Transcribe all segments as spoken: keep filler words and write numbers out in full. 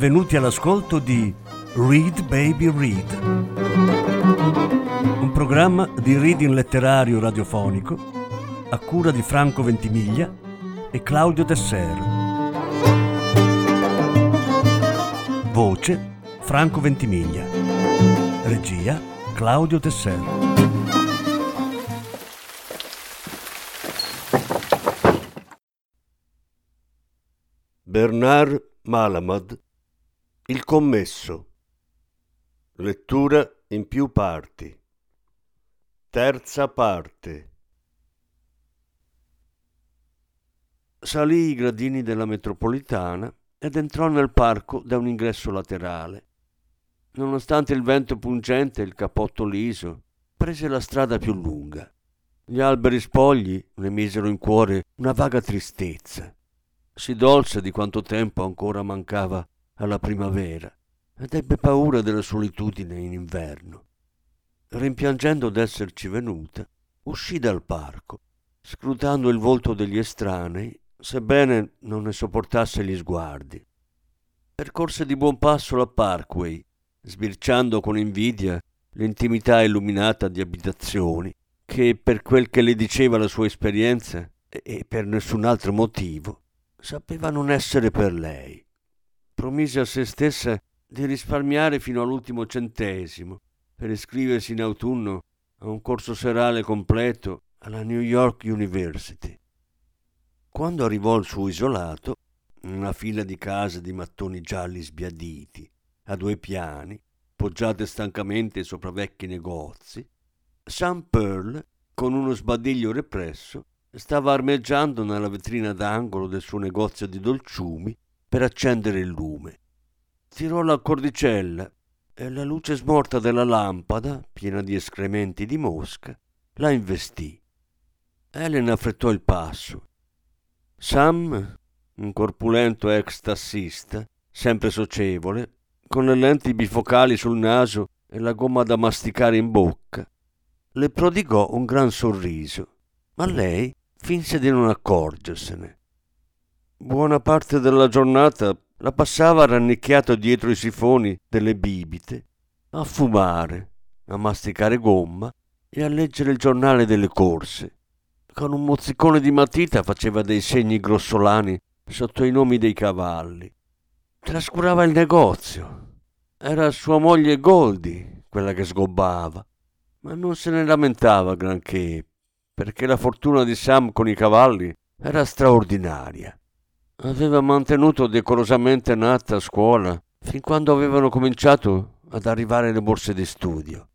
benvenuti all'ascolto di Read Baby Read, un programma di reading letterario radiofonico a cura di Franco Ventimiglia e Claudio Desser. Voce Franco Ventimiglia. Regia Claudio Desser. Bernard Malamud, Il commesso. Lettura in più parti. Terza parte. Salì i gradini della metropolitana ed entrò nel parco da un ingresso laterale. Nonostante il vento pungente e il cappotto liso, prese la strada più lunga. Gli alberi spogli le misero in cuore una vaga tristezza. Si dolse di quanto tempo ancora mancava alla primavera ed ebbe paura della solitudine in inverno. Rimpiangendo d'esserci venuta, uscì dal parco, scrutando il volto degli estranei, sebbene non ne sopportasse gli sguardi. Percorse di buon passo la Parkway, sbirciando con invidia l'intimità illuminata di abitazioni che, per quel che le diceva la sua esperienza e per nessun altro motivo, sapeva non essere per lei. Promise a se stessa di risparmiare fino all'ultimo centesimo per iscriversi in autunno a un corso serale completo alla New York University. Quando arrivò al suo isolato, una fila di case di mattoni gialli sbiaditi, a due piani, poggiate stancamente sopra vecchi negozi, Sam Pearl, con uno sbadiglio represso, stava armeggiando nella vetrina d'angolo del suo negozio di dolciumi per accendere il lume. Tirò la cordicella e la luce smorta della lampada, piena di escrementi di mosca, la investì. Helen affrettò il passo. Sam, un corpulento ex tassista, sempre socievole, con le lenti bifocali sul naso e la gomma da masticare in bocca, le prodigò un gran sorriso, ma lei finse di non accorgersene. Buona parte della giornata la passava rannicchiato dietro i sifoni delle bibite, a fumare, a masticare gomma e a leggere il giornale delle corse. Con un mozzicone di matita faceva dei segni grossolani sotto i nomi dei cavalli. Trascurava il negozio. Era sua moglie Goldie quella che sgobbava, ma non se ne lamentava granché, perché la fortuna di Sam con i cavalli era straordinaria. Aveva mantenuto decorosamente Nat a scuola fin quando avevano cominciato ad arrivare le borse di studio.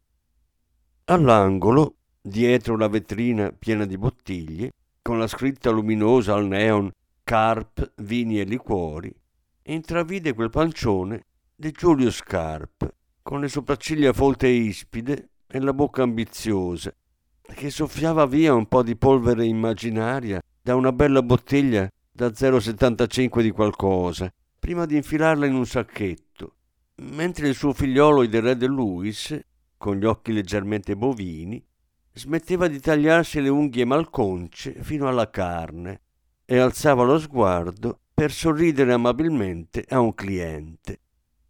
All'angolo, dietro la vetrina piena di bottiglie, con la scritta luminosa al neon Carp, vini e liquori, intravide quel pancione di Julius Carp, con le sopracciglia folte e ispide e la bocca ambiziosa, che soffiava via un po' di polvere immaginaria da una bella bottiglia da zero virgola settantacinque di qualcosa, prima di infilarla in un sacchetto, mentre il suo figliolo il re de Louis, con gli occhi leggermente bovini, smetteva di tagliarsi le unghie malconce fino alla carne e alzava lo sguardo per sorridere amabilmente a un cliente.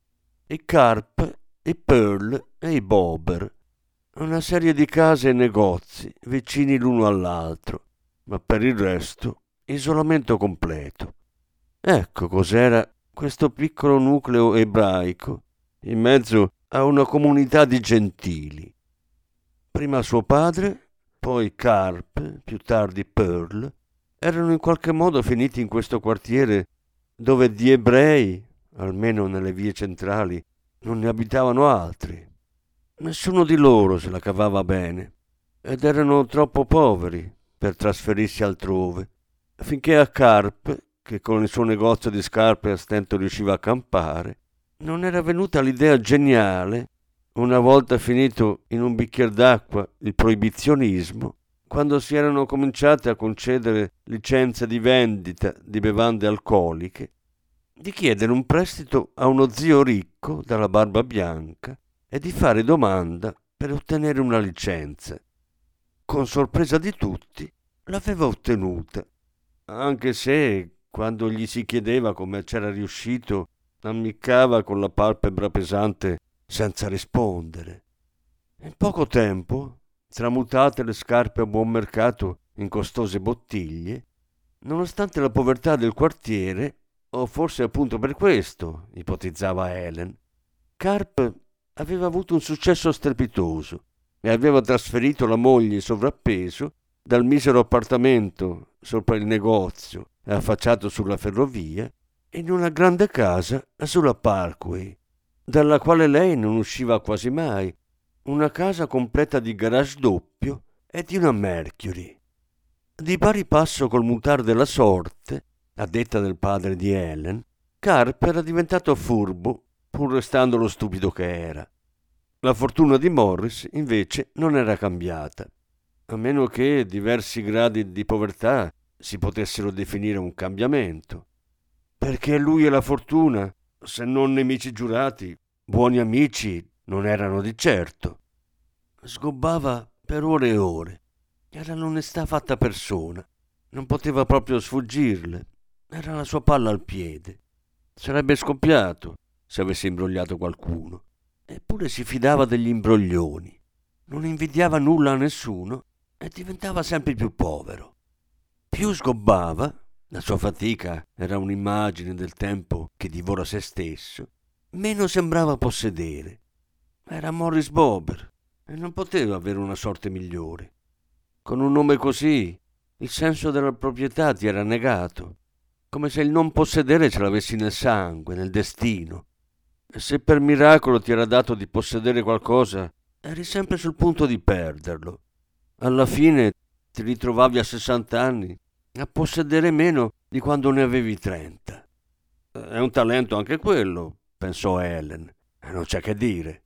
I Carp, i Pearl e i Bober, una serie di case e negozi vicini l'uno all'altro, ma per il resto isolamento completo. Ecco cos'era questo piccolo nucleo ebraico in mezzo a una comunità di gentili. Prima suo padre, poi Carp, più tardi Pearl, erano in qualche modo finiti in questo quartiere dove di ebrei, almeno nelle vie centrali, non ne abitavano altri. Nessuno di loro se la cavava bene ed erano troppo poveri per trasferirsi altrove, finché a Carp, che con il suo negozio di scarpe a stento riusciva a campare, non era venuta l'idea geniale, una volta finito in un bicchier d'acqua il proibizionismo, quando si erano cominciate a concedere licenze di vendita di bevande alcoliche, di chiedere un prestito a uno zio ricco dalla barba bianca e di fare domanda per ottenere una licenza. Con sorpresa di tutti, l'aveva ottenuta, anche se, quando gli si chiedeva come c'era riuscito, ammiccava con la palpebra pesante senza rispondere. In poco tempo, tramutate le scarpe a buon mercato in costose bottiglie, nonostante la povertà del quartiere, o forse appunto per questo, ipotizzava Helen, Carp aveva avuto un successo strepitoso e aveva trasferito la moglie in sovrappeso dal misero appartamento sopra il negozio e affacciato sulla ferrovia in una grande casa sulla Parkway, dalla quale lei non usciva quasi mai, una casa completa di garage doppio e di una Mercury. Di pari passo col mutare della sorte, a detta del padre di Helen, Carp era diventato furbo, pur restando lo stupido che era. La fortuna di Morris, invece, non era cambiata, a meno che diversi gradi di povertà si potessero definire un cambiamento. Perché lui e la fortuna, se non nemici giurati, buoni amici non erano di certo. Sgobbava per ore e ore. Era l'onestà fatta persona. Non poteva proprio sfuggirle. Era la sua palla al piede. Sarebbe scoppiato se avesse imbrogliato qualcuno. Eppure si fidava degli imbroglioni. Non invidiava nulla a nessuno e diventava sempre più povero. Più sgobbava, la sua fatica era un'immagine del tempo che divora se stesso, meno sembrava possedere. Era Morris Bober e non poteva avere una sorte migliore. Con un nome così, il senso della proprietà ti era negato, come se il non possedere ce l'avessi nel sangue, nel destino. E se per miracolo ti era dato di possedere qualcosa, eri sempre sul punto di perderlo. Alla fine ti ritrovavi a sessanta anni a possedere meno di quando ne avevi trenta. È un talento anche quello, pensò Helen, e non c'è che dire.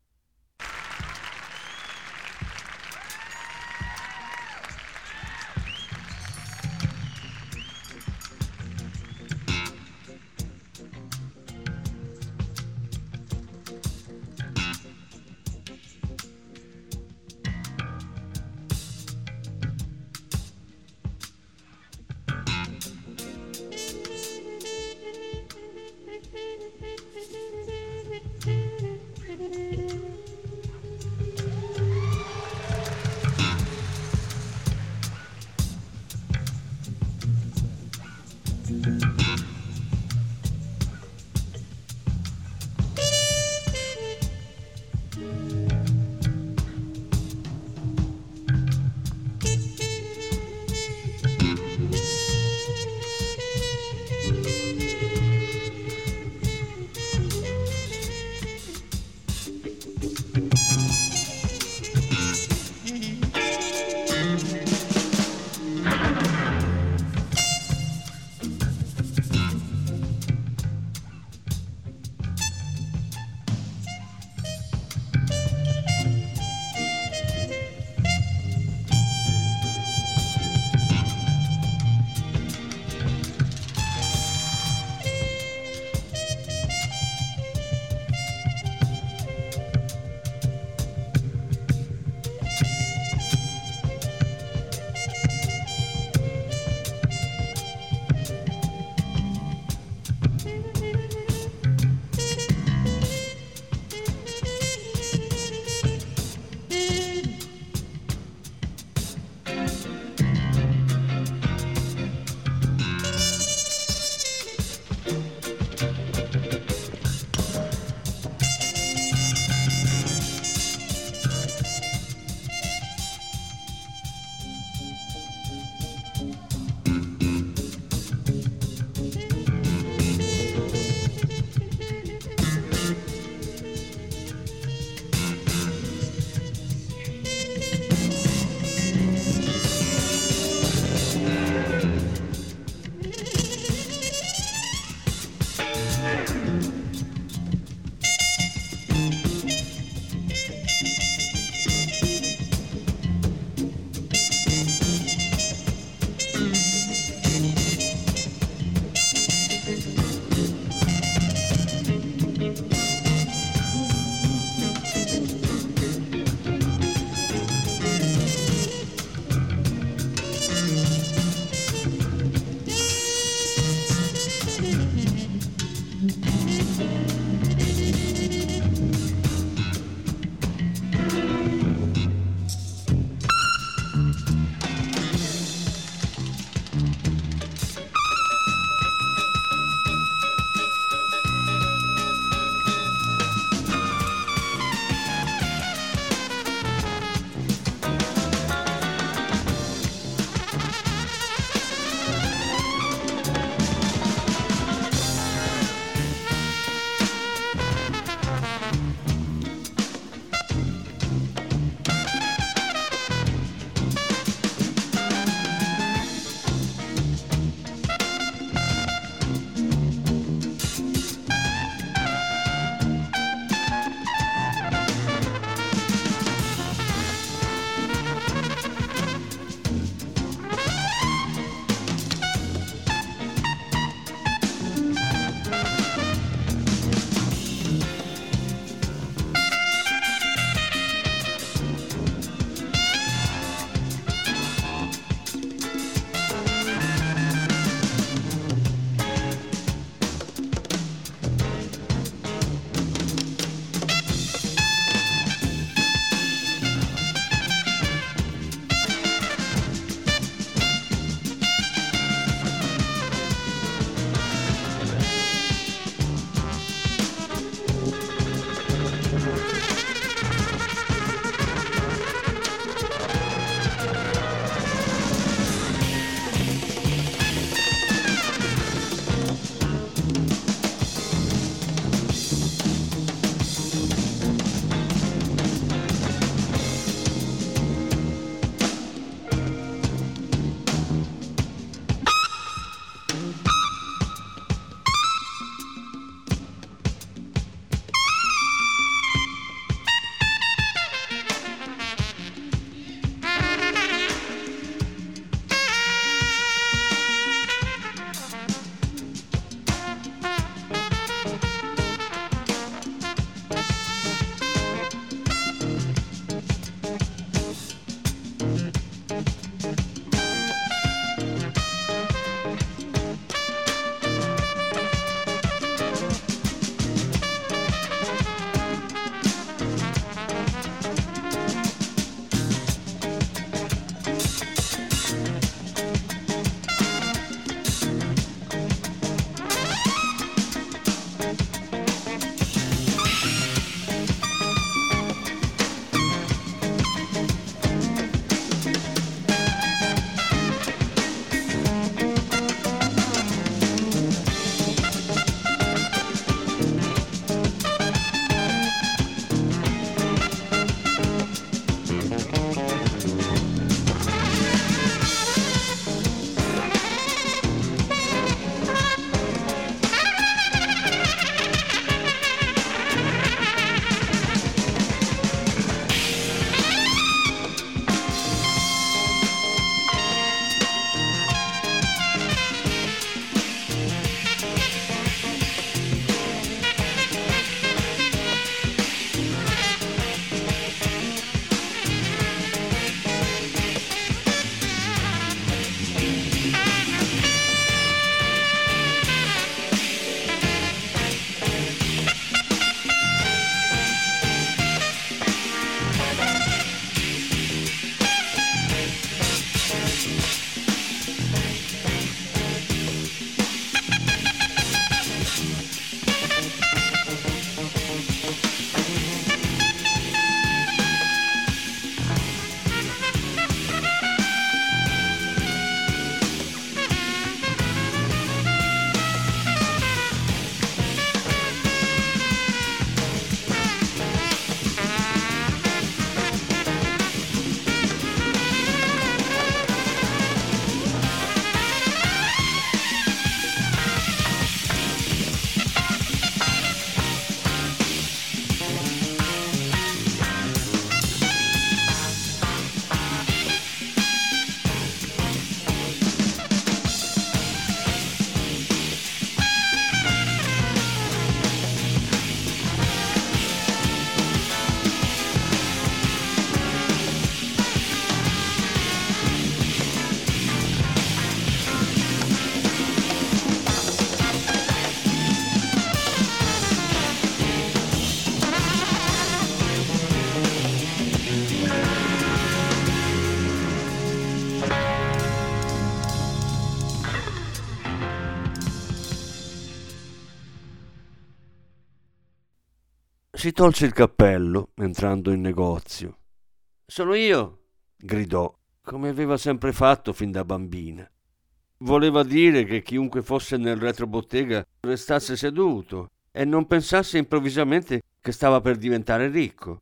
Si tolse il cappello entrando in negozio. «Sono io!» gridò, come aveva sempre fatto fin da bambina. Voleva dire che chiunque fosse nel retrobottega restasse seduto e non pensasse improvvisamente che stava per diventare ricco.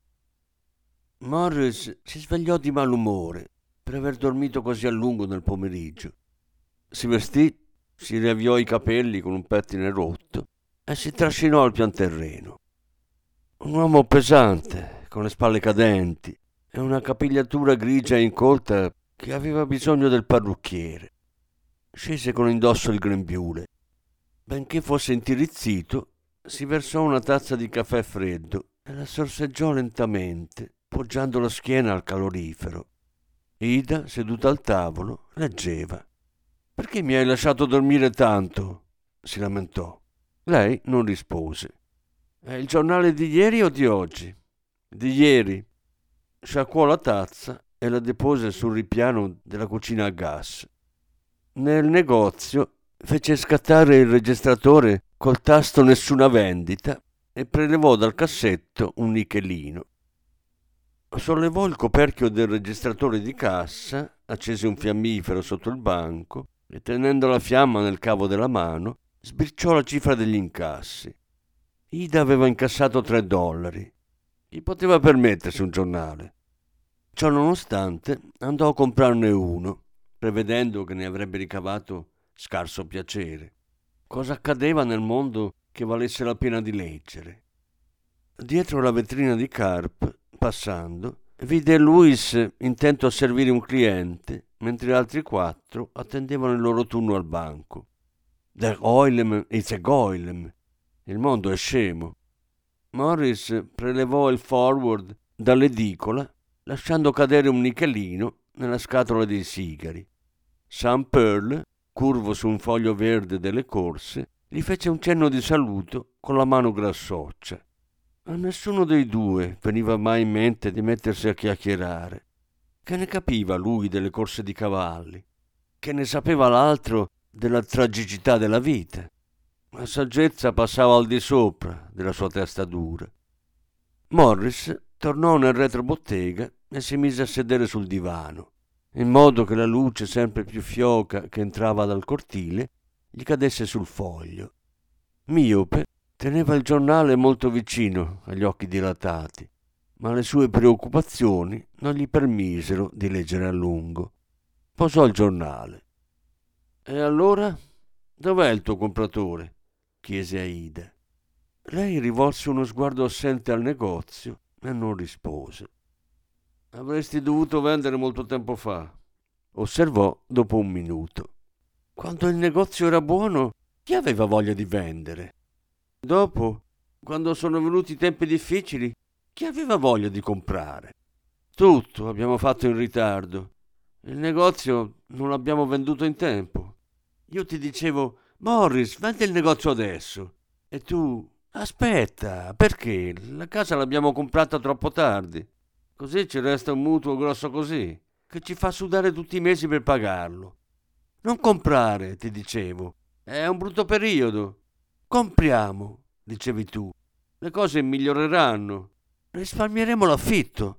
Morris si svegliò di malumore per aver dormito così a lungo nel pomeriggio. Si vestì, si riavviò i capelli con un pettine rotto e si trascinò al pianterreno. Un uomo pesante, con le spalle cadenti e una capigliatura grigia e incolta che aveva bisogno del parrucchiere. Scese con indosso il grembiule. Benché fosse intirizzito, si versò una tazza di caffè freddo e la sorseggiò lentamente, poggiando la schiena al calorifero. Ida, seduta al tavolo, leggeva. «Perché mi hai lasciato dormire tanto?» si lamentò. Lei non rispose. «È il giornale di ieri o di oggi?» «Di ieri». Sciacquò la tazza e la depose sul ripiano della cucina a gas. Nel negozio fece scattare il registratore col tasto Nessuna vendita e prelevò dal cassetto un nichelino. Sollevò il coperchio del registratore di cassa, accese un fiammifero sotto il banco e, tenendo la fiamma nel cavo della mano, sbirciò la cifra degli incassi. Ida aveva incassato tre dollari. Gli poteva permettersi un giornale. Ciò nonostante andò a comprarne uno, prevedendo che ne avrebbe ricavato scarso piacere. Cosa accadeva nel mondo che valesse la pena di leggere? Dietro la vetrina di Carp, passando, vide Louis intento a servire un cliente, mentre altri quattro attendevano il loro turno al banco. Der Oilem is a Goilem. Il mondo è scemo. Morris prelevò il forward dall'edicola, lasciando cadere un nichelino nella scatola dei sigari. Sam Pearl, curvo su un foglio verde delle corse, gli fece un cenno di saluto con la mano grassoccia. A nessuno dei due veniva mai in mente di mettersi a chiacchierare. Che ne capiva lui delle corse di cavalli? Che ne sapeva l'altro della tragicità della vita? La saggezza passava al di sopra della sua testa dura. Morris tornò nel retrobottega e si mise a sedere sul divano, in modo che la luce sempre più fioca che entrava dal cortile gli cadesse sul foglio. Miope, teneva il giornale molto vicino agli occhi dilatati, ma le sue preoccupazioni non gli permisero di leggere a lungo. Posò il giornale. «E allora? Dov'è il tuo compratore?» chiese a Ida. Lei rivolse uno sguardo assente al negozio e non rispose. «Avresti dovuto vendere molto tempo fa», osservò dopo un minuto. «Quando il negozio era buono, chi aveva voglia di vendere? Dopo, quando sono venuti i tempi difficili, chi aveva voglia di comprare? Tutto abbiamo fatto in ritardo. Il negozio non l'abbiamo venduto in tempo. Io ti dicevo, Morris, vendi il negozio adesso. E tu, aspetta, perché? La casa l'abbiamo comprata troppo tardi. Così ci resta un mutuo grosso così, che ci fa sudare tutti i mesi per pagarlo. Non comprare, ti dicevo. È un brutto periodo. Compriamo, dicevi tu. Le cose miglioreranno. Risparmieremo l'affitto.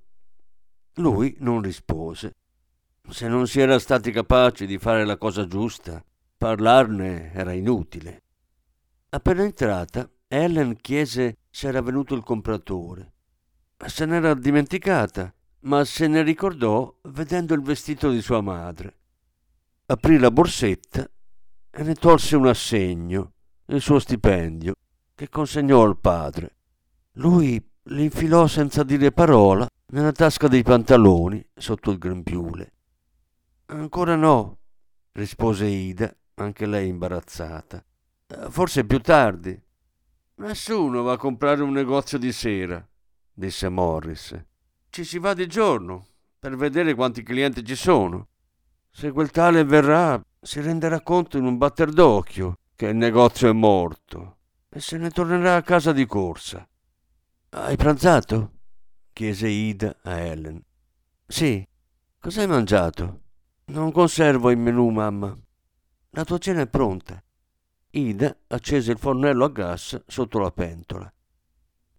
Lui non rispose. Se non si era stati capaci di fare la cosa giusta, parlarne era inutile. Appena entrata, Ellen chiese se era venuto il compratore. Se n'era dimenticata, ma se ne ricordò vedendo il vestito di sua madre. Aprì la borsetta e ne tolse un assegno, il suo stipendio, che consegnò al padre. Lui l'infilò senza dire parola nella tasca dei pantaloni sotto il grembiule. «Ancora no», rispose Ida, anche lei imbarazzata. «Forse più tardi». «Nessuno va a comprare un negozio di sera», disse Morris. «Ci si va di giorno per vedere quanti clienti ci sono. Se quel tale verrà, si renderà conto in un batter d'occhio che il negozio è morto e se ne tornerà a casa di corsa». «Hai pranzato?» chiese Ida a Ellen. «Sì. Cos'hai mangiato?» «Non conservo il menù, mamma». «La tua cena è pronta». Ida accese il fornello a gas sotto la pentola.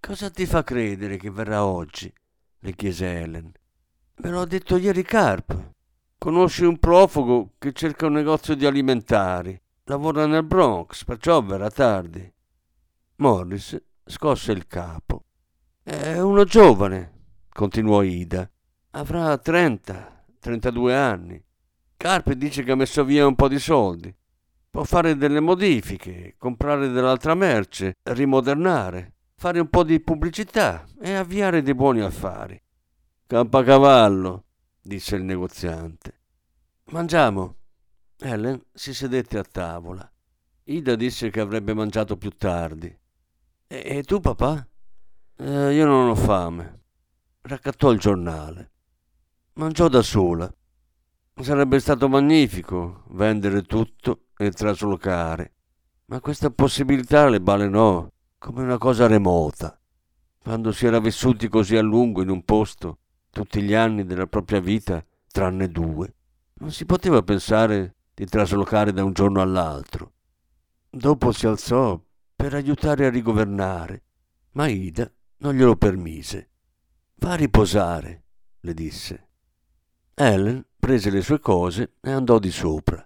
Cosa ti fa credere che verrà oggi? Le chiese Helen. Me lo ha detto ieri Carp. Conosci un profugo che cerca un negozio di alimentari. Lavora nel Bronx, perciò verrà tardi. Morris scosse il capo. È uno giovane, continuò Ida. Avrà trenta, trentadue anni. Carp dice che ha messo via un po' di soldi. Può fare delle modifiche, comprare dell'altra merce, rimodernare, fare un po' di pubblicità e avviare dei buoni affari. Campacavallo, disse il negoziante. Mangiamo. Helen si sedette a tavola. Ida disse che avrebbe mangiato più tardi. E, e tu, papà? Eh, io non ho fame. Raccattò il giornale. Mangiò da sola. Sarebbe stato magnifico vendere tutto e traslocare, ma questa possibilità le balenò come una cosa remota. Quando si era vissuti così a lungo in un posto, tutti gli anni della propria vita, tranne due, non si poteva pensare di traslocare da un giorno all'altro. Dopo si alzò per aiutare a rigovernare, ma Ida non glielo permise. Va a riposare, le disse. Helen prese le sue cose e andò di sopra.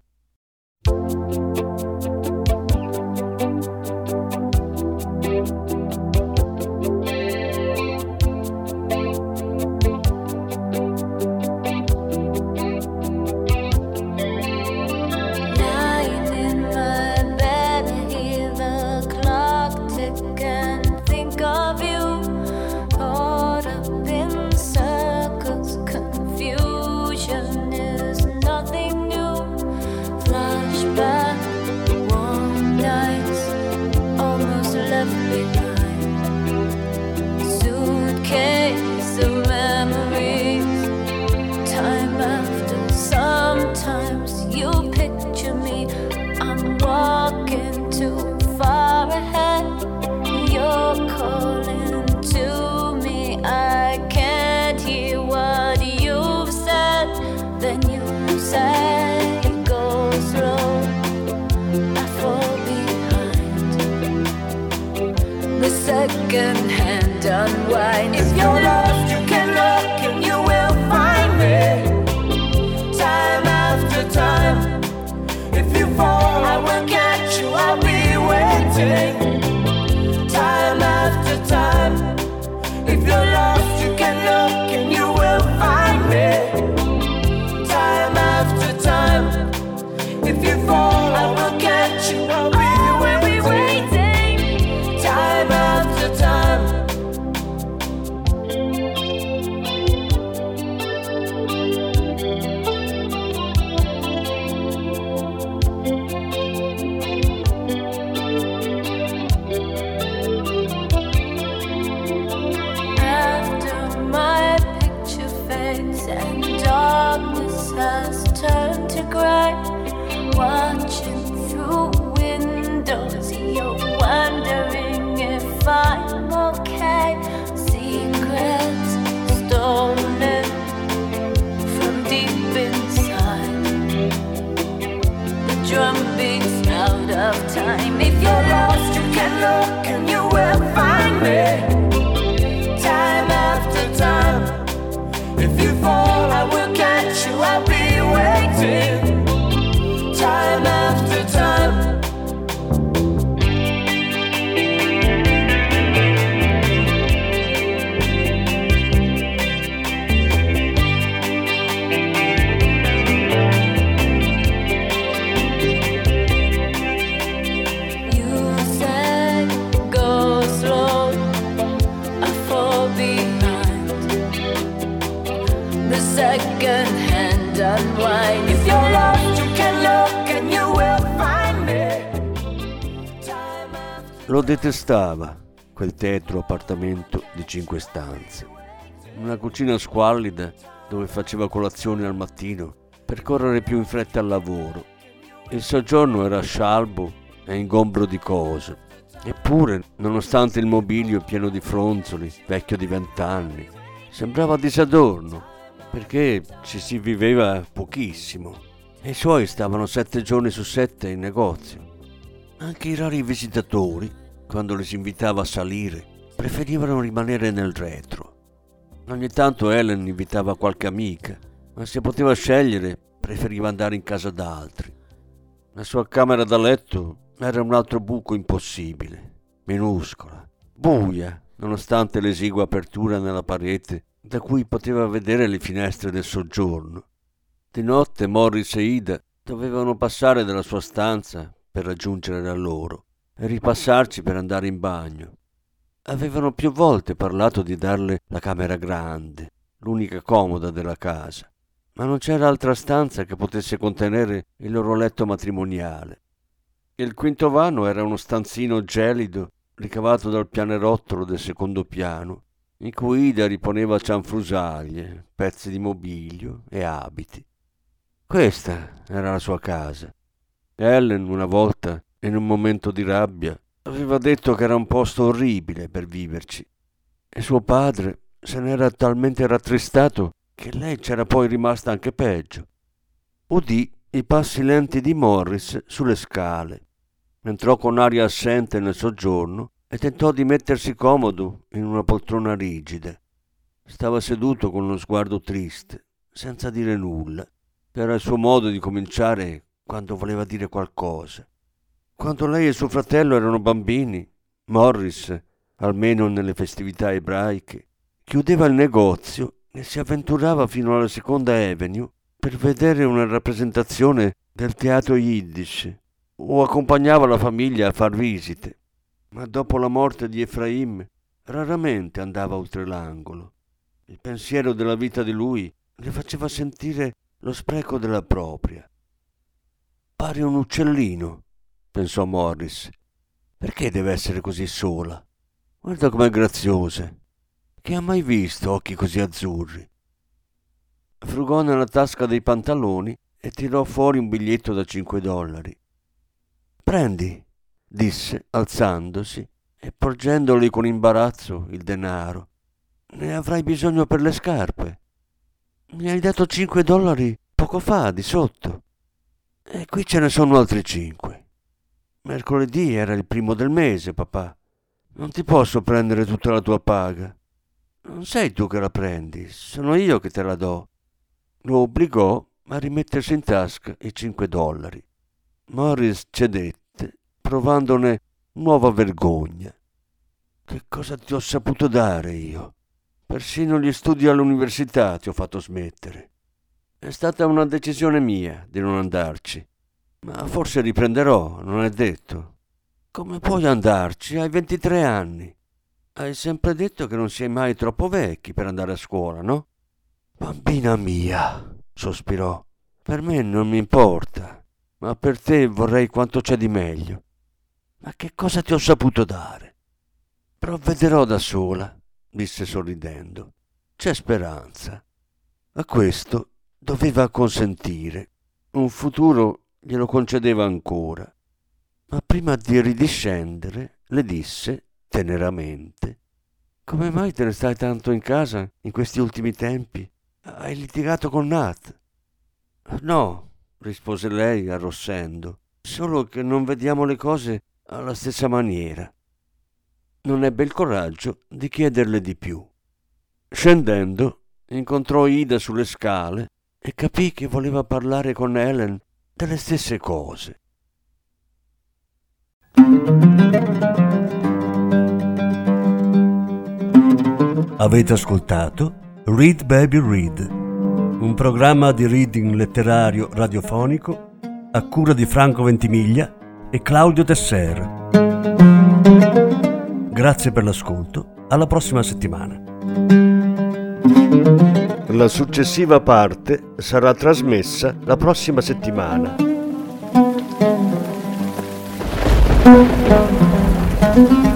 Second hand unwind. If you're lost, you can look and you will find me. Time after time. If you fall, I will catch you. I'll be waiting. Time after time. If you're lost, you can look and you will find me. Time after time. If you fall, I will catch you. I'll be waiting. Time after time. After my picture fades and darkness has turned to gray, watching through windows, you're wondering if I'm okay. Secrets stolen from deep inside. The drum beats out of time. If you're lost, you can look and you will find me. Time after time. If you fall, I will catch you. I'll be waiting. Time after time. Second hand unwind. If you're lost, you can look and you will find me. Time after... Lo detestava, quel tetro appartamento di cinque stanze. Una cucina squallida dove faceva colazione al mattino per correre più in fretta al lavoro. Il soggiorno era scialbo e ingombro di cose. Eppure, nonostante il mobilio pieno di fronzoli, vecchio di vent'anni, sembrava disadorno, perché ci si viveva pochissimo e i suoi stavano sette giorni su sette in negozio. Anche i rari visitatori, quando li si invitava a salire, preferivano rimanere nel retro. Ogni tanto Helen invitava qualche amica, ma se poteva scegliere preferiva andare in casa d'altri. La sua camera da letto era un altro buco impossibile, minuscola, buia, nonostante l'esigua apertura nella parete da cui poteva vedere le finestre del soggiorno. Di notte Morris e Ida dovevano passare dalla sua stanza per raggiungere la loro e ripassarci per andare in bagno. Avevano più volte parlato di darle la camera grande, l'unica comoda della casa, ma non c'era altra stanza che potesse contenere il loro letto matrimoniale. Il quinto vano era uno stanzino gelido ricavato dal pianerottolo del secondo piano, in cui Ida riponeva cianfrusaglie, pezzi di mobilio e abiti. Questa era la sua casa. Helen, una volta, in un momento di rabbia, aveva detto che era un posto orribile per viverci, e suo padre se n'era talmente rattristato che lei c'era poi rimasta anche peggio. Udì i passi lenti di Morris sulle scale. Entrò con aria assente nel soggiorno e tentò di mettersi comodo in una poltrona rigida. Stava seduto con uno sguardo triste, senza dire nulla. Era il suo modo di cominciare quando voleva dire qualcosa. Quando lei e suo fratello erano bambini, Morris, almeno nelle festività ebraiche, chiudeva il negozio e si avventurava fino alla Seconda Avenue per vedere una rappresentazione del teatro Yiddish o accompagnava la famiglia a far visite. Ma dopo la morte di Efraim raramente andava oltre l'angolo. Il pensiero della vita di lui le faceva sentire lo spreco della propria. Pare un uccellino, pensò Morris. Perché deve essere così sola? Guarda com'è graziosa. Chi ha mai visto occhi così azzurri? Frugò nella tasca dei pantaloni e tirò fuori un biglietto da cinque dollari. Prendi, disse, alzandosi e porgendogli con imbarazzo il denaro. Ne avrai bisogno per le scarpe. Mi hai dato cinque dollari poco fa, di sotto. E qui ce ne sono altri cinque. Mercoledì era il primo del mese, papà. Non ti posso prendere tutta la tua paga. Non sei tu che la prendi, sono io che te la do. Lo obbligò a rimettersi in tasca i cinque dollari. Morris cedette, provandone nuova vergogna. Che cosa ti ho saputo dare io? Persino gli studi all'università ti ho fatto smettere. È stata una decisione mia di non andarci, ma forse riprenderò, non è detto. Come puoi andarci? Hai ventitré anni. Hai sempre detto che non sei mai troppo vecchi per andare a scuola, no? Bambina mia, sospirò, per me non mi importa, ma per te vorrei quanto c'è di meglio. Ma che cosa ti ho saputo dare? Provvederò da sola, disse sorridendo. C'è speranza. A questo doveva acconsentire. Un futuro glielo concedeva ancora. Ma prima di ridiscendere le disse teneramente: come mai te ne stai tanto in casa in questi ultimi tempi? Hai litigato con Nat? No, rispose lei arrossendo, solo che non vediamo le cose alla stessa maniera. Non ebbe il coraggio di chiederle di più. Scendendo, incontrò Ida sulle scale e capì che voleva parlare con Helen delle stesse cose. Avete ascoltato Read Baby Read, un programma di reading letterario radiofonico a cura di Franco Ventimiglia e Claudio Tesser. Grazie per l'ascolto, alla prossima settimana. La successiva parte sarà trasmessa la prossima settimana.